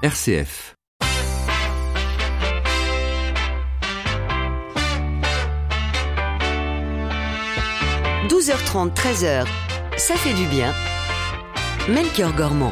RCF. « 12h30, 13h, ça fait du bien. » Melchior Gormand.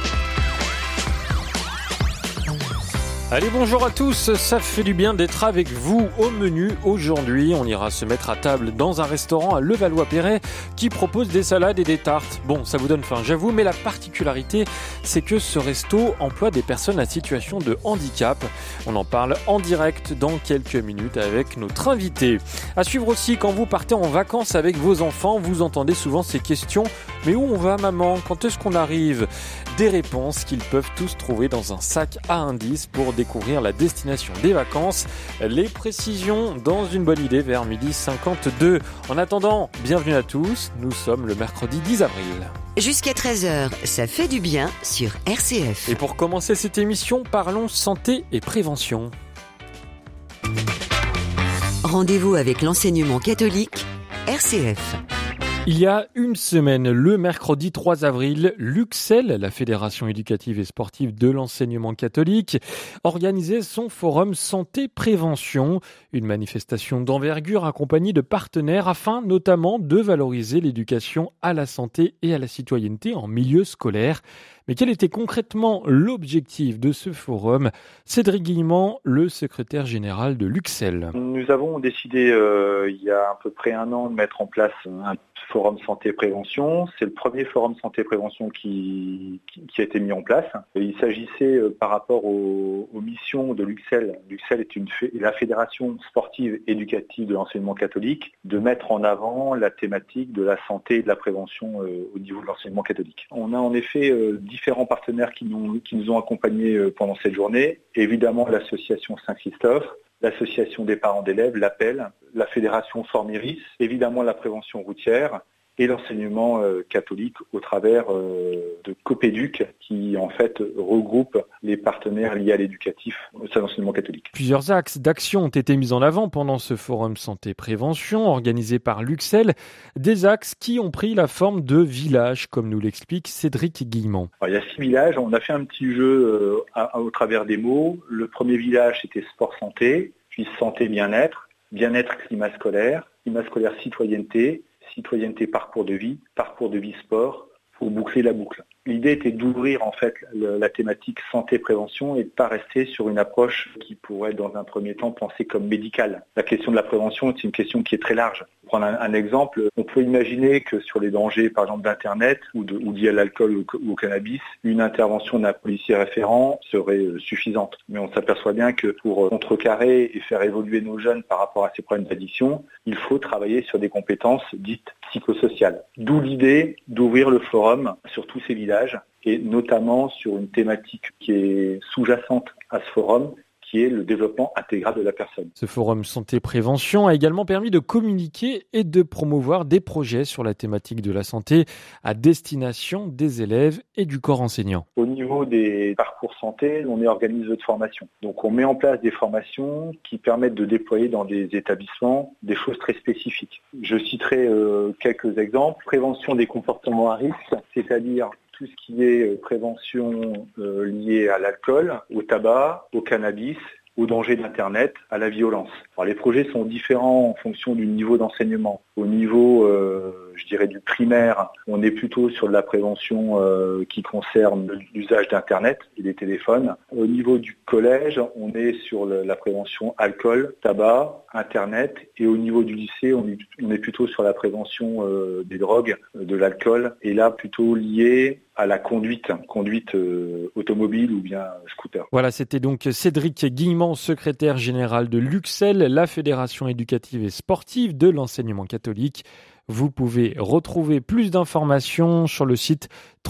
Allez, bonjour à tous, ça fait du bien d'être avec vous. Au menu aujourd'hui, on ira se mettre à table dans un restaurant à Levallois-Perret qui propose des salades et des tartes. Bon, ça vous donne faim, j'avoue, mais la particularité, c'est que ce resto emploie des personnes en situation de handicap. On en parle en direct dans quelques minutes avec notre invité. À suivre aussi, quand vous partez en vacances avec vos enfants, vous entendez souvent ces questions. Mais où on va, maman? Quand est-ce qu'on arrive? Des réponses qu'ils peuvent tous trouver dans un sac à indices pour découvrir la destination des vacances. Les précisions dans une bonne idée vers 12h52. En attendant, bienvenue à tous. Nous sommes le mercredi 10 avril. Jusqu'à 13h, ça fait du bien sur RCF. Et pour commencer cette émission, parlons santé et prévention. Rendez-vous avec l'enseignement catholique, RCF. Il y a une semaine, le mercredi 3 avril, l'UCSEL, la Fédération éducative et sportive de l'enseignement catholique, organisait son forum santé-prévention, une manifestation d'envergure accompagnée de partenaires afin notamment de valoriser l'éducation à la santé et à la citoyenneté en milieu scolaire. Mais quel était concrètement l'objectif de ce forum? Cédric Guillemant, le secrétaire général de l'UCSEL. Nous avons décidé il y a à peu près un an de mettre en place un forum santé-prévention. C'est le premier forum santé-prévention qui a été mis en place. Et il s'agissait par rapport aux missions de l'UCSEL. L'UCSEL est la fédération sportive éducative de l'enseignement catholique, de mettre en avant la thématique de la santé et de la prévention au niveau de l'enseignement catholique. On a en effet différents partenaires qui nous ont accompagnés pendant cette journée. Évidemment, l'association Saint-Christophe, l'association des parents d'élèves, l'APEL, la fédération Formiris, évidemment la prévention routière et l'enseignement catholique au travers de Copéduc qui en fait regroupe les partenaires liés à l'éducatif au sein de l'enseignement catholique. Plusieurs axes d'action ont été mis en avant pendant ce forum santé-prévention organisé par l'UCSEL, des axes qui ont pris la forme de villages, comme nous l'explique Cédric Guillemant. Alors, il y a 6 villages, on a fait un petit jeu au travers des mots. Le premier village c'était sport-santé, puis santé bien-être climat scolaire citoyenneté, citoyenneté parcours de vie sport, pour boucler la boucle. L'idée était d'ouvrir en fait la thématique santé-prévention et de ne pas rester sur une approche qui pourrait dans un premier temps penser comme médicale. La question de la prévention c'est une question qui est très large. Pour prendre un exemple, on peut imaginer que sur les dangers par exemple d'Internet ou liés à l'alcool ou au cannabis, une intervention d'un policier référent serait suffisante. Mais on s'aperçoit bien que pour contrecarrer et faire évoluer nos jeunes par rapport à ces problèmes d'addiction, il faut travailler sur des compétences dites psychosociales. D'où l'idée d'ouvrir le forum sur tous ces villages et notamment sur une thématique qui est sous-jacente à ce forum, qui est le développement intégral de la personne. Ce forum santé-prévention a également permis de communiquer et de promouvoir des projets sur la thématique de la santé à destination des élèves et du corps enseignant. Au niveau des parcours santé, on est organisé de formation. Donc on met en place des formations qui permettent de déployer dans des établissements des choses très spécifiques. Je citerai quelques exemples. Prévention des comportements à risque, c'est-à-dire tout ce qui est prévention liée à l'alcool, au tabac, au cannabis, au danger d'Internet, à la violence. Alors, les projets sont différents en fonction du niveau d'enseignement. Au niveau, je dirais, du primaire, on est plutôt sur de la prévention qui concerne l'usage d'Internet et des téléphones. Au niveau du collège, on est sur la prévention alcool, tabac, Internet. Et au niveau du lycée, on est plutôt sur la prévention des drogues, de l'alcool. Et là, plutôt lié à la conduite automobile ou bien scooter. Voilà, c'était donc Cédric Guillemant, secrétaire général de l'UCSEL, la Fédération éducative et sportive de l'enseignement catholique. Vous pouvez retrouver plus d'informations sur le site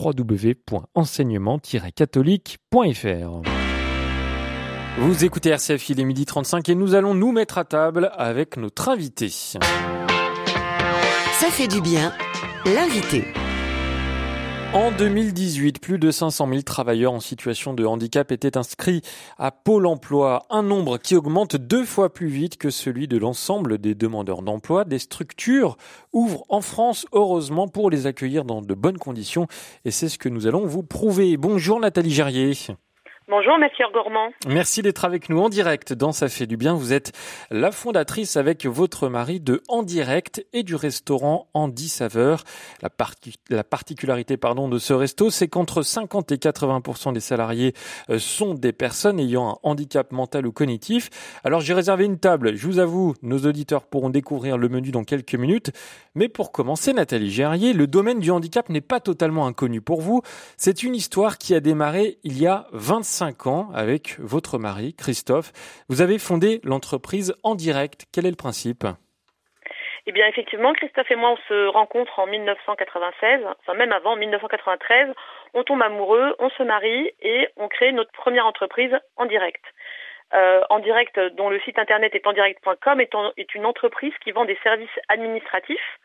www.enseignement-catholique.fr. Vous écoutez RCF, il est 12h35 et nous allons nous mettre à table avec notre invité. Ça fait du bien, l'invité. En 2018, plus de 500 000 travailleurs en situation de handicap étaient inscrits à Pôle emploi, un nombre qui augmente 2 fois plus vite que celui de l'ensemble des demandeurs d'emploi. Des structures ouvrent en France, heureusement, pour les accueillir dans de bonnes conditions. Et c'est ce que nous allons vous prouver. Bonjour Nathalie Gerrier. Bonjour Melchior Gormand. Merci d'être avec nous en direct dans Ça fait du bien. Vous êtes la fondatrice avec votre mari de En Direct et du restaurant Andy Saveur. La particularité de ce resto, c'est qu'entre 50 et 80% des salariés sont des personnes ayant un handicap mental ou cognitif. Alors j'ai réservé une table. Je vous avoue, nos auditeurs pourront découvrir le menu dans quelques minutes. Mais pour commencer, Nathalie Gerrier, le domaine du handicap n'est pas totalement inconnu pour vous. C'est une histoire qui a démarré il y a 25 ans avec votre mari, Christophe. Vous avez fondé l'entreprise En Direct. Quel est le principe ? Eh bien, effectivement, Christophe et moi, on se rencontre en 1996, enfin même avant, en 1993. On tombe amoureux, on se marie et on crée notre première entreprise En Direct. En Direct, dont le site internet est endirect.com, est une entreprise qui vend des services administratifs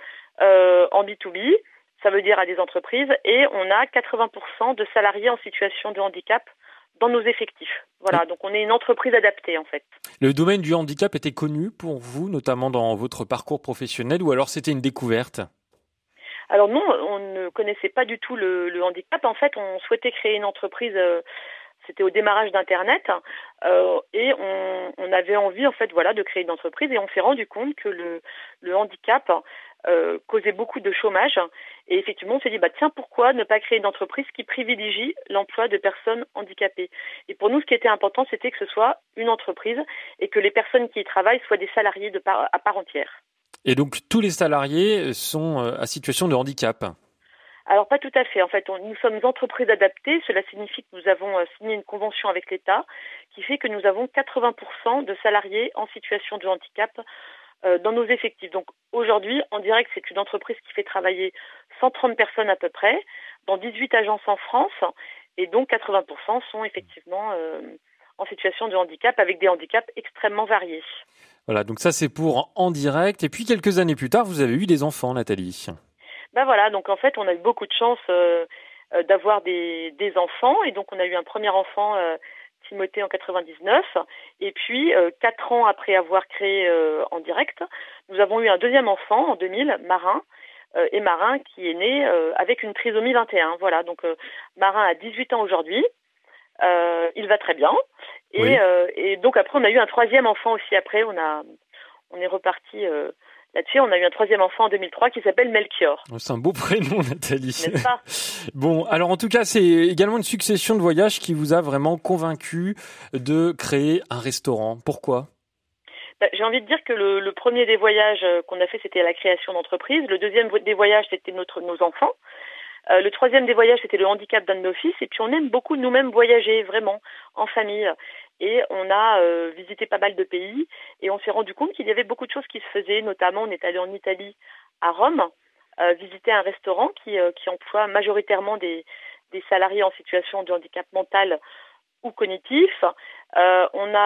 en B2B, ça veut dire à des entreprises, et on a 80% de salariés en situation de handicap dans nos effectifs. Voilà, donc on est une entreprise adaptée en fait. Le domaine du handicap était connu pour vous, notamment dans votre parcours professionnel, ou alors c'était une découverte ? Alors non, on ne connaissait pas du tout le handicap. En fait, on souhaitait créer une entreprise, c'était au démarrage d'Internet, et on avait envie en fait de créer une entreprise, et on s'est rendu compte que le handicap causait beaucoup de chômage, et effectivement on s'est dit tiens, pourquoi ne pas créer une entreprise qui privilégie l'emploi de personnes handicapées. Et pour nous, ce qui était important, c'était que ce soit une entreprise et que les personnes qui y travaillent soient des salariés à part entière. Et donc tous les salariés sont à situation de handicap ? Alors pas tout à fait. En fait, nous sommes entreprises adaptées. Cela signifie que nous avons signé une convention avec l'État qui fait que nous avons 80% de salariés en situation de handicap dans nos effectifs. Donc aujourd'hui, En Direct, c'est une entreprise qui fait travailler 130 personnes à peu près, dans 18 agences en France, et donc 80% sont effectivement en situation de handicap, avec des handicaps extrêmement variés. Voilà, donc ça c'est pour En Direct. Et puis quelques années plus tard, vous avez eu des enfants, Nathalie. Voilà, donc en fait, on a eu beaucoup de chance d'avoir des enfants, et donc on a eu un premier enfant, Timothée, en 99, et puis 4 ans après avoir créé En Direct, nous avons eu un deuxième enfant en 2000, Marin, qui est né avec une trisomie 21. Voilà, donc Marin a 18 ans aujourd'hui, il va très bien, et donc après on a eu un troisième enfant aussi après, on est reparti là-dessus, on a eu un troisième enfant en 2003 qui s'appelle Melchior. C'est un beau prénom, Nathalie. N'est-ce pas ? Bon, alors en tout cas, c'est également une succession de voyages qui vous a vraiment convaincu de créer un restaurant. Pourquoi ? J'ai envie de dire que le premier des voyages qu'on a fait, c'était la création d'entreprise. Le deuxième des voyages, c'était nos enfants. Le troisième des voyages, c'était le handicap d'un de nos fils. Et puis on aime beaucoup nous-mêmes voyager, vraiment, en famille. Et on a visité pas mal de pays, et on s'est rendu compte qu'il y avait beaucoup de choses qui se faisaient. Notamment, on est allé en Italie, à Rome, visiter un restaurant qui emploie majoritairement des salariés en situation de handicap mental ou cognitif. On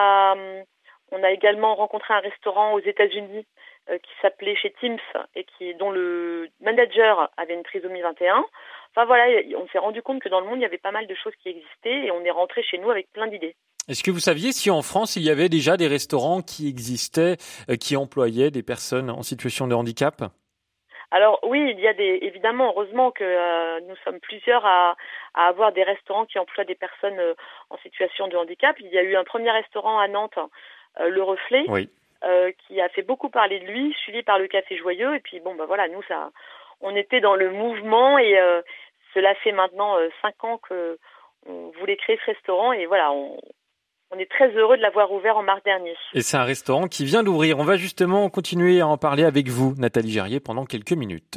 a également rencontré un restaurant aux États-Unis qui s'appelait chez Teams, et dont le manager avait une trisomie 21. Enfin voilà, on s'est rendu compte que dans le monde, il y avait pas mal de choses qui existaient, et on est rentré chez nous avec plein d'idées. Est-ce que vous saviez si en France, il y avait déjà des restaurants qui existaient, qui employaient des personnes en situation de handicap ? Alors oui, il y a évidemment, heureusement que nous sommes plusieurs à avoir des restaurants qui emploient des personnes en situation de handicap. Il y a eu un premier restaurant à Nantes, Le Reflet, qui a fait beaucoup parler de lui, suivi par le Café Joyeux. Et puis nous, on était dans le mouvement, et cela fait maintenant 5 ans qu'on voulait créer ce restaurant, et voilà, on est très heureux de l'avoir ouvert en mars dernier. Et c'est un restaurant qui vient d'ouvrir. On va justement continuer à en parler avec vous, Nathalie Gerrier, pendant quelques minutes.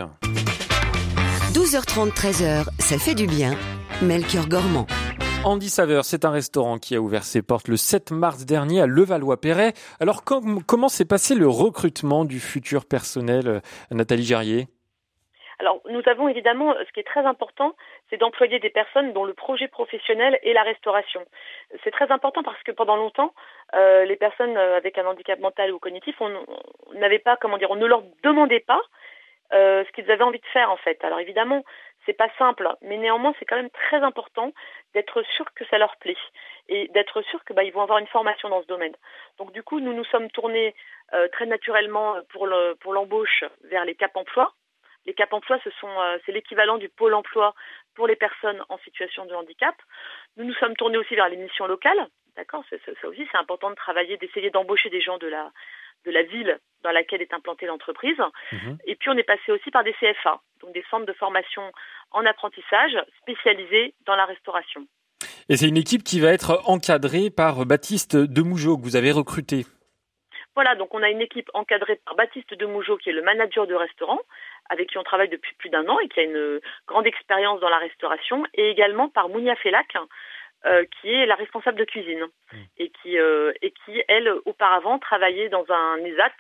12h30, 13h, ça fait du bien. Melchior Gormand. Andy Saveur, c'est un restaurant qui a ouvert ses portes le 7 mars dernier à Levallois-Perret. Alors comment s'est passé le recrutement du futur personnel, Nathalie Gerrier ? Alors, nous avons évidemment, ce qui est très important, c'est d'employer des personnes dont le projet professionnel est la restauration. C'est très important parce que pendant longtemps, les personnes avec un handicap mental ou cognitif, on n'avait pas, on ne leur demandait pas ce qu'ils avaient envie de faire en fait. Alors évidemment, c'est pas simple, mais néanmoins, c'est quand même très important d'être sûr que ça leur plaît et d'être sûr que ils vont avoir une formation dans ce domaine. Donc du coup, nous nous sommes tournés très naturellement pour l'embauche vers les Cap Emploi. Les Cap Emploi, c'est l'équivalent du pôle emploi pour les personnes en situation de handicap. Nous sommes tournés aussi vers les missions locales. D'accord, ça aussi, c'est important de travailler, d'essayer d'embaucher des gens de la ville dans laquelle est implantée l'entreprise. Et puis, on est passé aussi par des CFA, donc des centres de formation en apprentissage spécialisés dans la restauration. Et c'est une équipe qui va être encadrée par Baptiste Demougeot, que vous avez recruté. Voilà, donc on a une équipe encadrée par Baptiste Demougeot, qui est le manager de restaurant, avec qui on travaille depuis plus d'1 an et qui a une grande expérience dans la restauration, et également par Mounia Fellac, qui est la responsable de cuisine et qui elle, auparavant, travaillait dans un ESAT,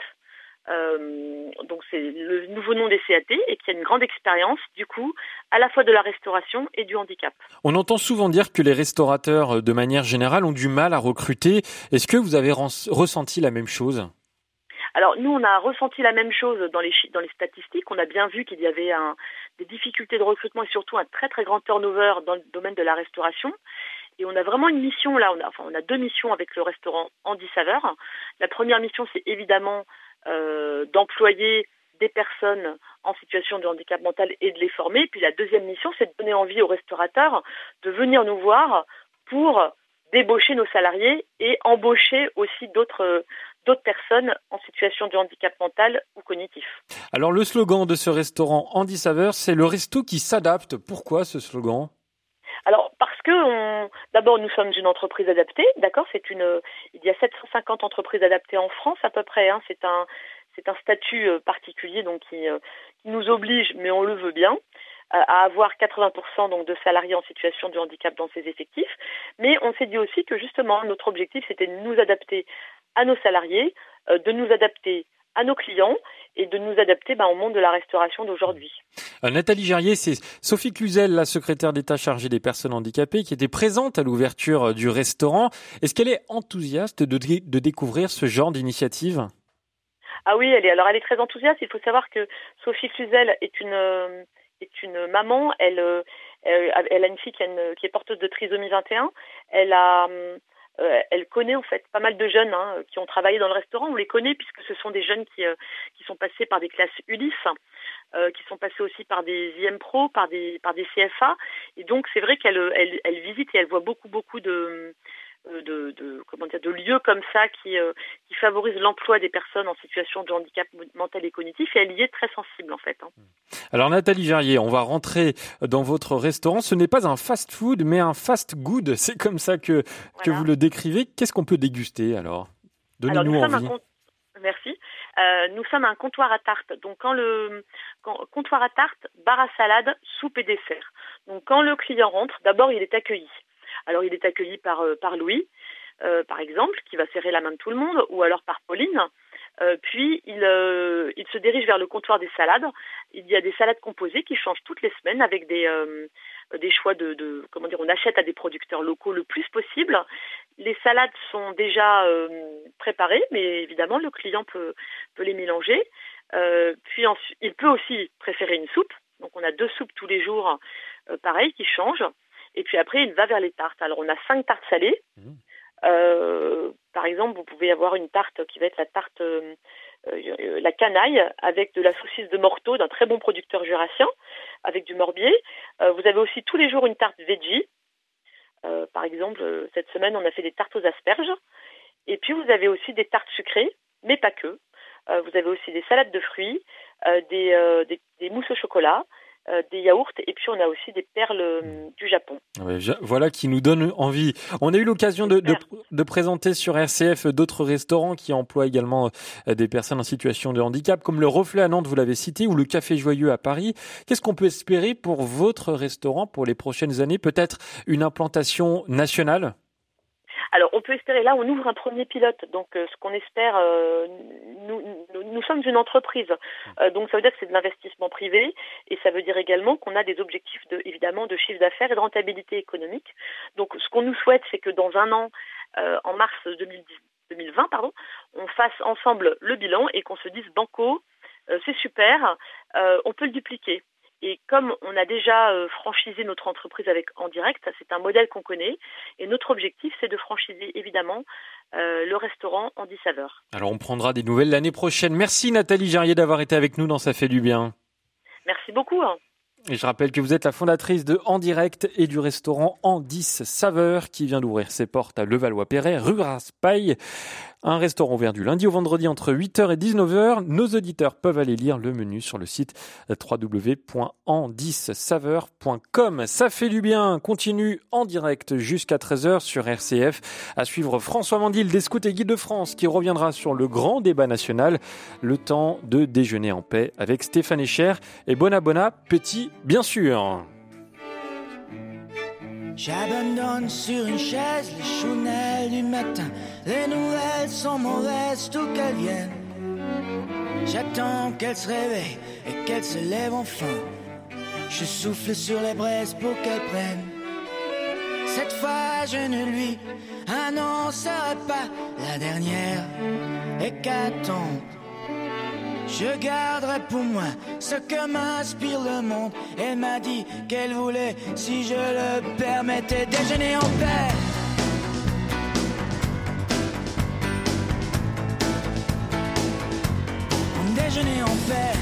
donc c'est le nouveau nom des CAT, et qui a une grande expérience, du coup, à la fois de la restauration et du handicap. On entend souvent dire que les restaurateurs, de manière générale, ont du mal à recruter. Est-ce que vous avez ressenti la même chose ? Alors nous, on a ressenti la même chose dans les statistiques. On a bien vu qu'il y avait des difficultés de recrutement et surtout un très très grand turnover dans le domaine de la restauration. Et on a vraiment une mission là. On a 2 missions avec le restaurant Andy Saveur. La première mission, c'est évidemment d'employer des personnes en situation de handicap mental et de les former. Puis la deuxième mission, c'est de donner envie aux restaurateurs de venir nous voir pour débaucher nos salariés et embaucher aussi d'autres personnes en situation de handicap mental ou cognitif. Alors le slogan de ce restaurant Andy Saveur, c'est le resto qui s'adapte. Pourquoi ce slogan ? Alors parce que d'abord nous sommes une entreprise adaptée, d'accord, il y a 750 entreprises adaptées en France à peu près, hein. C'est un statut particulier donc qui nous oblige, mais on le veut bien, à avoir 80% donc de salariés en situation de handicap dans ses effectifs. Mais on s'est dit aussi que justement notre objectif c'était de nous adapter à nos salariés, de nous adapter à nos clients et de nous adapter au monde de la restauration d'aujourd'hui. Nathalie Gerrier, c'est Sophie Cluzel, la secrétaire d'État chargée des personnes handicapées, qui était présente à l'ouverture du restaurant. Est-ce qu'elle est enthousiaste de découvrir ce genre d'initiative ? Ah oui, elle est très enthousiaste. Il faut savoir que Sophie Cluzel est une maman. Elle a une fille qui est porteuse de trisomie 21. Elle connaît en fait pas mal de jeunes qui ont travaillé dans le restaurant. On les connaît puisque ce sont des jeunes qui sont passés par des classes Ulysse, qui sont passés aussi par des IM Pro, par des CFA. Et donc c'est vrai qu'elle visite et elle voit beaucoup de lieux comme ça qui favorisent l'emploi des personnes en situation de handicap mental et cognitif, et elle y est très sensible en fait. Alors Nathalie Gerrier, on va rentrer dans votre restaurant. Ce n'est pas un fast-food, mais un fast-good. C'est comme ça que vous le décrivez. Qu'est-ce qu'on peut déguster alors ? Donnez-nous envie. Merci. Nous sommes un comptoir à tarte. Donc comptoir à tarte, bar à salade, soupe et dessert. Donc quand le client rentre, d'abord il est accueilli. Alors il est accueilli par Louis, par exemple, qui va serrer la main de tout le monde, ou alors par Pauline. Puis il se dirige vers le comptoir des salades. Il y a des salades composées qui changent toutes les semaines avec des choix on achète à des producteurs locaux le plus possible. Les salades sont déjà préparées, mais évidemment le client peut les mélanger. Puis ensuite, il peut aussi préférer une soupe. Donc on a 2 soupes tous les jours, pareil, qui changent. Et puis après, il va vers les tartes. Alors, on a 5 tartes salées. Par exemple, vous pouvez avoir une tarte qui va être la tarte la canaille avec de la saucisse de Morteau d'un très bon producteur jurassien, avec du morbier. Vous avez aussi tous les jours une tarte veggie. Par exemple, cette semaine, on a fait des tartes aux asperges. Et puis, vous avez aussi des tartes sucrées, mais pas que. Vous avez aussi des salades de fruits, des mousses au chocolat, des yaourts, et puis on a aussi des perles du Japon. Ouais, voilà qui nous donne envie. On a eu l'occasion de présenter sur RCF d'autres restaurants qui emploient également des personnes en situation de handicap, comme le Reflet à Nantes, vous l'avez cité, ou le Café Joyeux à Paris. Qu'est-ce qu'on peut espérer pour votre restaurant pour les prochaines années ? Peut-être une implantation nationale ? Alors, on peut espérer, là, on ouvre un premier pilote. Donc, ce qu'on espère, nous sommes une entreprise. Donc, ça veut dire que c'est de l'investissement privé. Et ça veut dire également qu'on a des objectifs, évidemment, de chiffre d'affaires et de rentabilité économique. Donc, ce qu'on nous souhaite, c'est que dans 1 an, en mars 2020, on fasse ensemble le bilan et qu'on se dise banco, c'est super, on peut le dupliquer. Et comme on a déjà franchisé notre entreprise avec En Direct, c'est un modèle qu'on connaît. Et notre objectif, c'est de franchiser évidemment le restaurant Andy Saveur. Alors on prendra des nouvelles l'année prochaine. Merci Nathalie Gerrier d'avoir été avec nous dans Ça fait du bien. Merci beaucoup. Et je rappelle que vous êtes la fondatrice de En Direct et du restaurant En 10 Saveurs qui vient d'ouvrir ses portes à Levallois-Perret, rue Raspail. Un restaurant ouvert du lundi au vendredi entre 8h et 19h. Nos auditeurs peuvent aller lire le menu sur le site www.en10saveurs.com. Ça fait du bien. Continue en direct jusqu'à 13h sur RCF. À suivre François Mandil des Scouts et Guides de France qui reviendra sur le grand débat national. Le temps de déjeuner en paix avec Stéphane Echer et bon appétit, bien sûr. J'abandonne sur une chaise les chounelles du matin. Les nouvelles sont mauvaises, tout qu'elles viennent. J'attends qu'elle se réveille et qu'elle se lève enfin. Je souffle sur les braises pour qu'elle prenne. Cette fois je ne lui annoncerai pas la dernière hécatombe. Je garderai pour moi ce que m'inspire le monde. Elle m'a dit qu'elle voulait, si je le permettais, déjeuner en paix. Déjeuner en paix.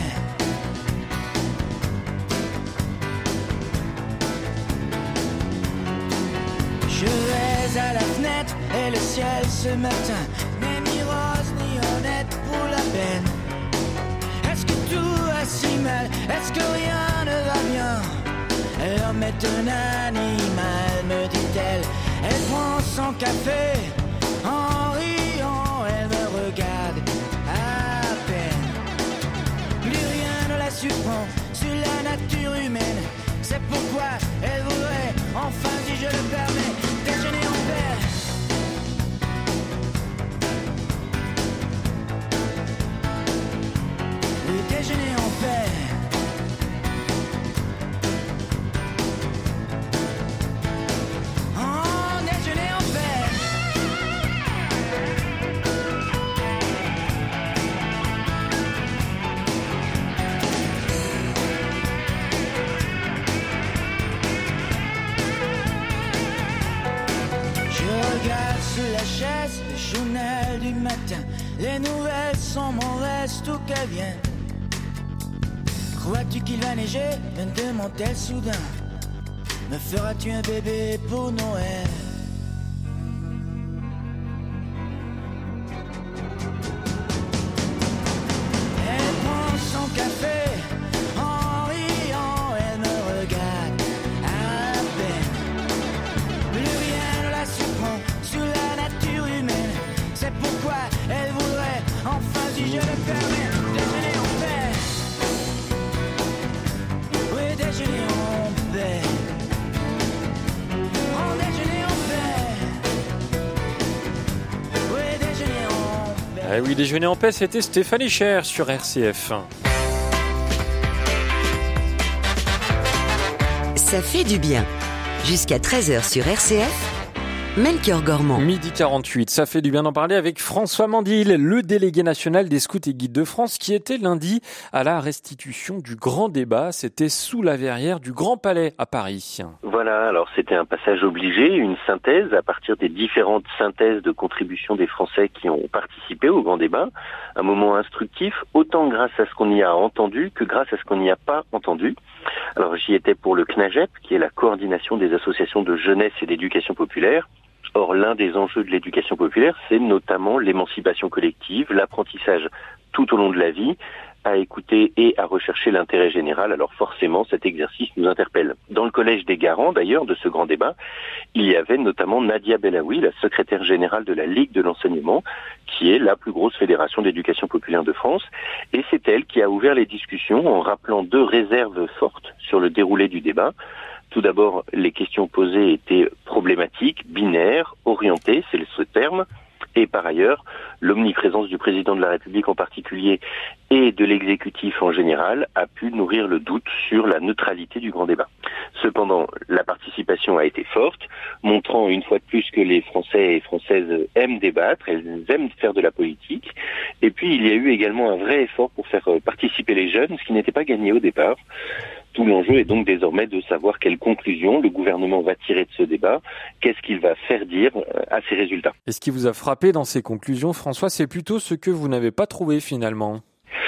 Je vais à la fenêtre et le ciel ce matin n'est ni rose ni honnête pour la peine. Est-ce que tout va si mal? Est-ce que rien ne va bien? L'homme est un animal, me dit-elle. Elle prend son café en riant, elle me regarde à peine. Plus rien ne la surprend sur la nature humaine. C'est pourquoi elle voudrait, enfin si je le permets, déjeuner en paix. Déjeuner en paix. Oh, déjeuner en paix. Je regarde sous la chaise le journal du matin. Les nouvelles sont mauvaises, tout qu'elles viennent. Crois-tu qu'il va neiger? Me demande-t-elle soudain. Me feras-tu un bébé pour Noël? Elle prend son café en riant, elle me regarde à peine. Plus rien ne la surprend sur la nature humaine. C'est pourquoi elle voudrait, enfin si je le permets, déjeuner en paix. Déjeuner en paix. Oh, déjeuner en paix. Oui, déjeuner en paix. Ah oui, déjeuner en paix, c'était Stéphane Echer sur RCF. Ça fait du bien. Jusqu'à 13h sur RCF. Melchior Gormand. Midi 48, ça fait du bien d'en parler avec François Mandil, le délégué national des Scouts et Guides de France, qui était lundi à la restitution du grand débat. C'était sous la verrière du Grand Palais à Paris. Voilà, alors c'était un passage obligé, une synthèse à partir des différentes synthèses de contributions des Français qui ont participé au grand débat. Un moment instructif, autant grâce à ce qu'on y a entendu que grâce à ce qu'on n'y a pas entendu. Alors j'y étais pour le CNAGEP, qui est la coordination des associations de jeunesse et d'éducation populaire. Or, l'un des enjeux de l'éducation populaire, c'est notamment l'émancipation collective, l'apprentissage tout au long de la vie, à écouter et à rechercher l'intérêt général. Alors forcément, cet exercice nous interpelle. Dans le collège des garants, d'ailleurs, de ce grand débat, il y avait notamment Nadia Bellaoui, la secrétaire générale de la Ligue de l'enseignement, qui est la plus grosse fédération d'éducation populaire de France. Et c'est elle qui a ouvert les discussions en rappelant deux réserves fortes sur le déroulé du débat. Tout d'abord, les questions posées étaient problématiques, binaires, orientées, c'est ce terme. Et par ailleurs, l'omniprésence du président de la République en particulier et de l'exécutif en général a pu nourrir le doute sur la neutralité du grand débat. Cependant, la participation a été forte, montrant une fois de plus que les Français et Françaises aiment débattre, elles aiment faire de la politique. Et puis, il y a eu également un vrai effort pour faire participer les jeunes, ce qui n'était pas gagné au départ. Tout l'enjeu est donc désormais de savoir quelles conclusions le gouvernement va tirer de ce débat, qu'est-ce qu'il va faire dire à ces résultats. Et ce qui vous a frappé dans ces conclusions, François, c'est plutôt ce que vous n'avez pas trouvé finalement.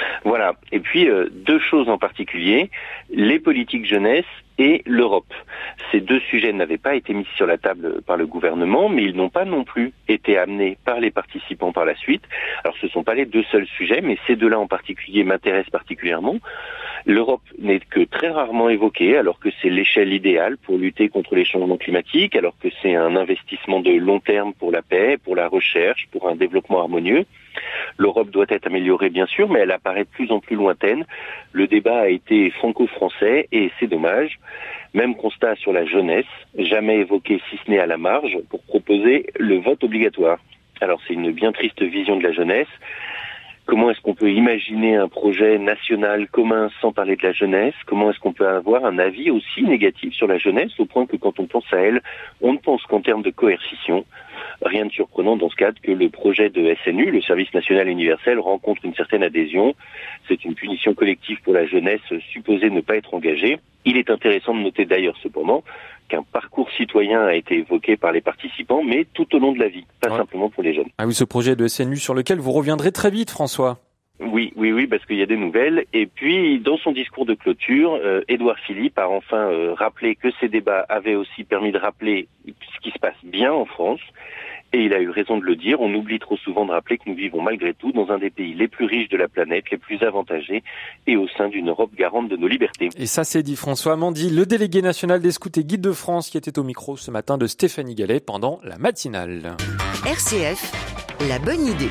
Voilà. Et puis, deux choses en particulier, les politiques jeunesse et l'Europe. Ces deux sujets n'avaient pas été mis sur la table par le gouvernement, mais ils n'ont pas non plus été amenés par les participants par la suite. Alors, ce ne sont pas les deux seuls sujets, mais ces deux-là en particulier m'intéressent particulièrement. L'Europe n'est que très rarement évoquée, alors que c'est l'échelle idéale pour lutter contre les changements climatiques, alors que c'est un investissement de long terme pour la paix, pour la recherche, pour un développement harmonieux. L'Europe doit être améliorée, bien sûr, mais elle apparaît de plus en plus lointaine. Le débat a été franco-français et c'est dommage. Même constat sur la jeunesse, jamais évoqué si ce n'est à la marge, pour proposer le vote obligatoire. Alors c'est une bien triste vision de la jeunesse. Comment est-ce qu'on peut imaginer un projet national commun sans parler de la jeunesse? Comment est-ce qu'on peut avoir un avis aussi négatif sur la jeunesse, au point que quand on pense à elle, on ne pense qu'en termes de coercition? Rien de surprenant dans ce cadre que le projet de SNU, le service national universel, rencontre une certaine adhésion. C'est une punition collective pour la jeunesse supposée ne pas être engagée. Il est intéressant de noter d'ailleurs cependant qu'un parcours citoyen a été évoqué par les participants, mais tout au long de la vie, pas simplement pour les jeunes. Ah oui, ce projet de SNU sur lequel vous reviendrez très vite, François. Oui, parce qu'il y a des nouvelles. Et puis, dans son discours de clôture, Édouard Philippe a enfin rappelé que ces débats avaient aussi permis de rappeler ce qui se passe bien en France. Et il a eu raison de le dire. On oublie trop souvent de rappeler que nous vivons malgré tout dans un des pays les plus riches de la planète, les plus avantagés, et au sein d'une Europe garante de nos libertés. Et ça, c'est dit François Mandy, le délégué national des scouts et guides de France, qui était au micro ce matin de Stéphanie Gallet pendant la matinale. RCF, la bonne idée.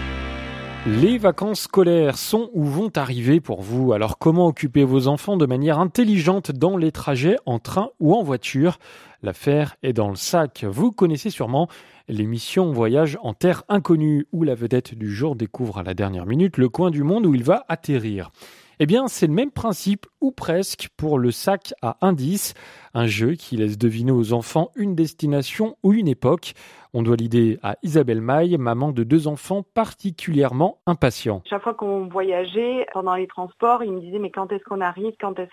Les vacances scolaires sont ou vont arriver pour vous. Alors comment occuper vos enfants de manière intelligente dans les trajets en train ou en voiture? L'affaire est dans le sac. Vous connaissez sûrement l'émission Voyage en terre inconnue, où la vedette du jour découvre à la dernière minute le coin du monde où il va atterrir. Eh bien, c'est le même principe, ou presque, pour le sac à indices, un jeu qui laisse deviner aux enfants une destination ou une époque. On doit l'idée à Isabelle Maille, maman de 2 enfants particulièrement impatients. Chaque fois qu'on voyageait, pendant les transports, ils me disaient « mais quand est-ce qu'on arrive ?»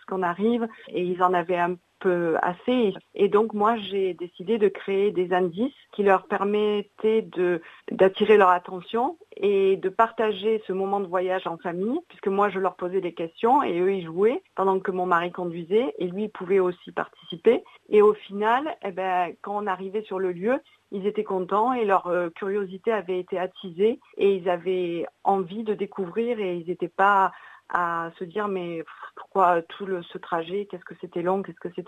Et ils en avaient un peu assez. Et donc moi, j'ai décidé de créer des indices qui leur permettaient d'attirer leur attention et de partager ce moment de voyage en famille, puisque moi, je leur posais des questions et eux, ils jouaient pendant que mon mari conduisait et lui, il pouvait aussi participer. Et au final, quand on arrivait sur le lieu, ils étaient contents et leur curiosité avait été attisée et ils avaient envie de découvrir et ils n'étaient pas à se dire mais pourquoi tout ce trajet, qu'est-ce que c'était long.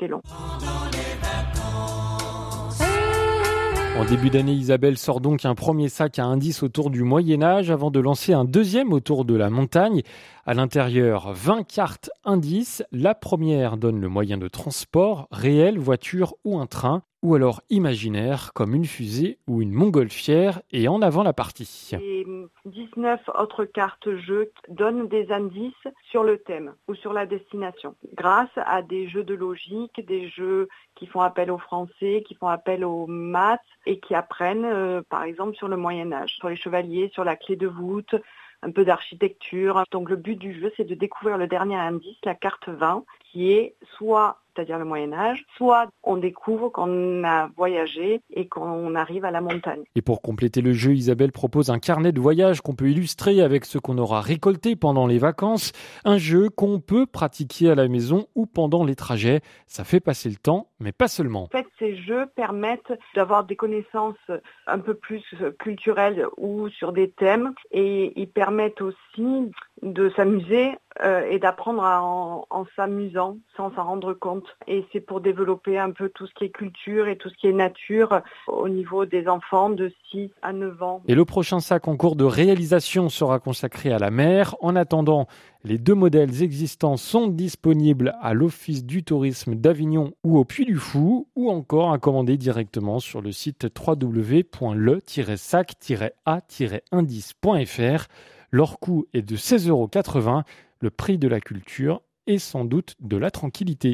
En début d'année, Isabelle sort donc un premier sac à indices autour du Moyen-Âge avant de lancer un deuxième autour de la montagne. À l'intérieur, 20 cartes indices. La première donne le moyen de transport, réel, voiture ou un train, ou alors imaginaire comme une fusée ou une montgolfière, et en avant la partie. Et 19 autres cartes jeux donnent des indices sur le thème ou sur la destination, grâce à des jeux de logique, des jeux qui font appel au français, qui font appel aux maths et qui apprennent par exemple sur le Moyen-Âge, sur les chevaliers, sur la clé de voûte, un peu d'architecture. Donc le but du jeu, c'est de découvrir le dernier indice, la carte 20, qui est soit, c'est-à-dire le Moyen-Âge, soit on découvre qu'on a voyagé et qu'on arrive à la montagne. Et pour compléter le jeu, Isabelle propose un carnet de voyage qu'on peut illustrer avec ce qu'on aura récolté pendant les vacances. Un jeu qu'on peut pratiquer à la maison ou pendant les trajets. Ça fait passer le temps, mais pas seulement. En fait, ces jeux permettent d'avoir des connaissances un peu plus culturelles ou sur des thèmes et ils permettent aussi de s'amuser et d'apprendre en s'amusant sans s'en rendre compte. Et c'est pour développer un peu tout ce qui est culture et tout ce qui est nature au niveau des enfants de 6 à 9 ans. Et le prochain sac en cours de réalisation sera consacré à la mer. En attendant, les 2 modèles existants sont disponibles à l'Office du tourisme d'Avignon ou au Puy du Fou, ou encore à commander directement sur le site www.le-sac-a-indice.fr. Leur coût est de 16,80 €, le prix de la culture et sans doute de la tranquillité.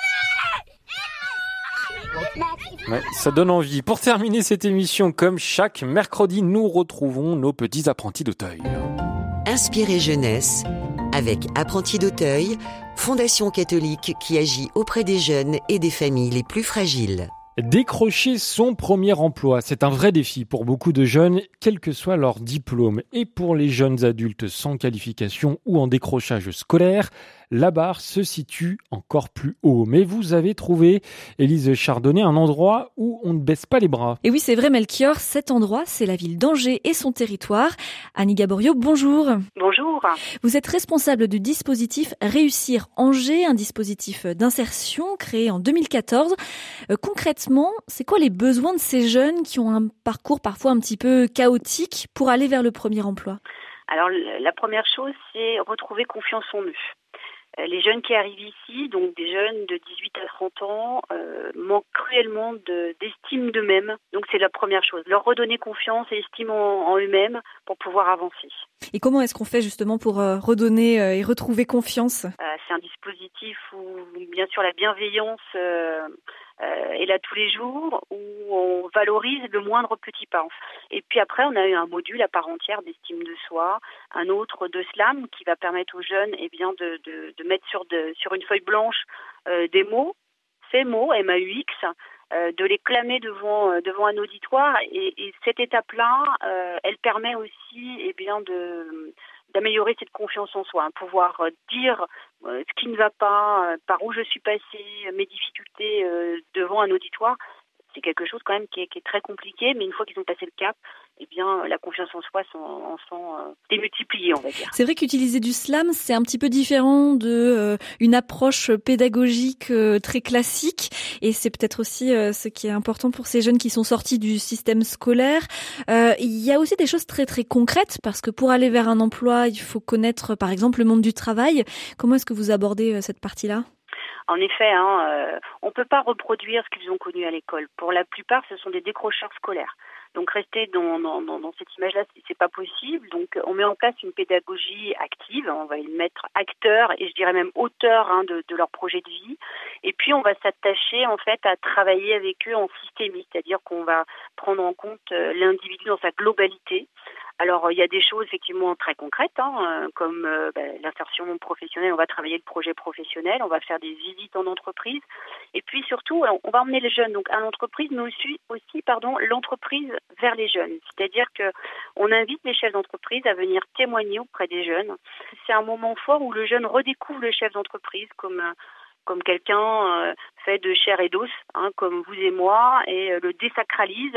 Ouais, ça donne envie. Pour terminer cette émission, comme chaque mercredi, nous retrouvons nos petits apprentis d'Auteuil. Inspirez jeunesse avec Apprentis d'Auteuil, fondation catholique qui agit auprès des jeunes et des familles les plus fragiles. Décrocher son premier emploi, c'est un vrai défi pour beaucoup de jeunes, quel que soit leur diplôme. Et pour les jeunes adultes sans qualification ou en décrochage scolaire, la barre se situe encore plus haut. Mais vous avez trouvé, Élise Chardonnay, un endroit où on ne baisse pas les bras. Et oui, c'est vrai, Melchior, cet endroit, c'est la ville d'Angers et son territoire. Annie Gaborio, bonjour. Bonjour. Vous êtes responsable du dispositif Réussir Angers, un dispositif d'insertion créé en 2014. Concrètement, c'est quoi les besoins de ces jeunes qui ont un parcours parfois un petit peu chaotique pour aller vers le premier emploi ? Alors, la première chose, c'est retrouver confiance en eux. Les jeunes qui arrivent ici, donc des jeunes de 18 à 30 ans, manquent cruellement d'estime d'eux-mêmes. Donc c'est la première chose, leur redonner confiance et estime en eux-mêmes pour pouvoir avancer. Et comment est-ce qu'on fait justement pour redonner et retrouver confiance ? C'est un dispositif où bien sûr la bienveillance est là tous les jours, où on valorise le moindre petit pas. Et puis après, on a eu un module à part entière d'estime de soi, un autre de slam qui va permettre aux jeunes de mettre sur une feuille blanche des mots, ces mots, MAUX, de les clamer devant un auditoire. Et cette étape-là, elle permet aussi d'améliorer cette confiance en soi, pouvoir dire ce qui ne va pas, par où je suis passée, mes difficultés devant un auditoire. C'est quelque chose quand même qui est très compliqué, mais une fois qu'ils ont passé le cap, la confiance en soi en sent démultipliée, on va dire. C'est vrai qu'utiliser du slam, c'est un petit peu différent de une approche pédagogique très classique, et c'est peut-être aussi ce qui est important pour ces jeunes qui sont sortis du système scolaire. Il y a aussi des choses très très concrètes, parce que pour aller vers un emploi, il faut connaître par exemple le monde du travail. Comment est-ce que vous abordez cette partie-là ? En effet, on ne peut pas reproduire ce qu'ils ont connu à l'école. Pour la plupart, ce sont des décrocheurs scolaires. Donc rester dans cette image-là, c'est pas possible. Donc on met en place une pédagogie active. On va les mettre acteurs et je dirais même auteurs de leur projet de vie. Et puis on va s'attacher en fait à travailler avec eux en systémique, c'est-à-dire qu'on va prendre en compte l'individu dans sa globalité. Alors, il y a des choses effectivement très concrètes, comme l'insertion professionnelle. On va travailler le projet professionnel, on va faire des visites en entreprise. Et puis surtout, on va emmener les jeunes donc à l'entreprise, mais aussi l'entreprise vers les jeunes. C'est-à-dire qu'on invite les chefs d'entreprise à venir témoigner auprès des jeunes. C'est un moment fort où le jeune redécouvre le chef d'entreprise comme quelqu'un fait de chair et d'os, comme vous et moi, et le désacralise,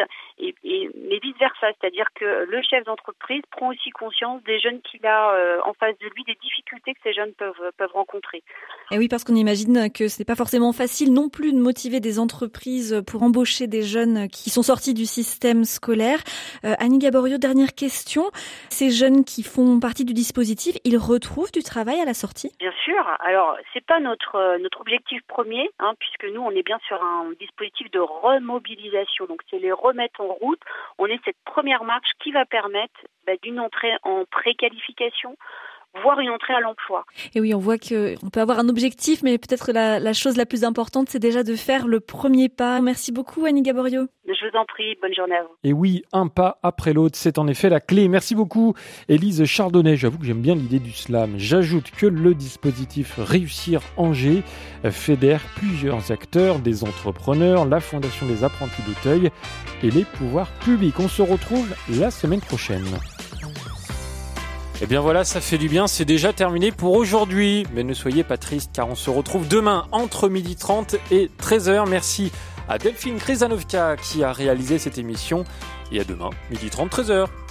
mais vice-versa, c'est-à-dire que le chef d'entreprise prend aussi conscience des jeunes qu'il a en face de lui, des difficultés que ces jeunes peuvent rencontrer. Et oui, parce qu'on imagine que c'est pas forcément facile non plus de motiver des entreprises pour embaucher des jeunes qui sont sortis du système scolaire. Annie Gaborio, dernière question. Ces jeunes qui font partie du dispositif, ils retrouvent du travail à la sortie ? Bien sûr. Alors, c'est pas notre objectif premier, puisque nous, on est bien sur un dispositif de remobilisation. Donc, c'est les remettre en route. On est cette première marche qui va permettre d'une entrée en préqualification, voire une entrée à l'emploi. Et oui, on voit qu'on peut avoir un objectif, mais peut-être la chose la plus importante, c'est déjà de faire le premier pas. Merci beaucoup, Annie Gaborio. Je vous en prie, bonne journée à vous. Et oui, un pas après l'autre, c'est en effet la clé. Merci beaucoup, Élise Chardonnay. J'avoue que j'aime bien l'idée du slam. J'ajoute que le dispositif Réussir Angers fédère plusieurs acteurs, des entrepreneurs, la Fondation des apprentis d'Auteuil et les pouvoirs publics. On se retrouve la semaine prochaine. Et bien voilà, ça fait du bien, c'est déjà terminé pour aujourd'hui. Mais ne soyez pas tristes car on se retrouve demain entre 12h30 et 13h. Merci à Delphine Krizanovka qui a réalisé cette émission. Et à demain, 12h30, 13h.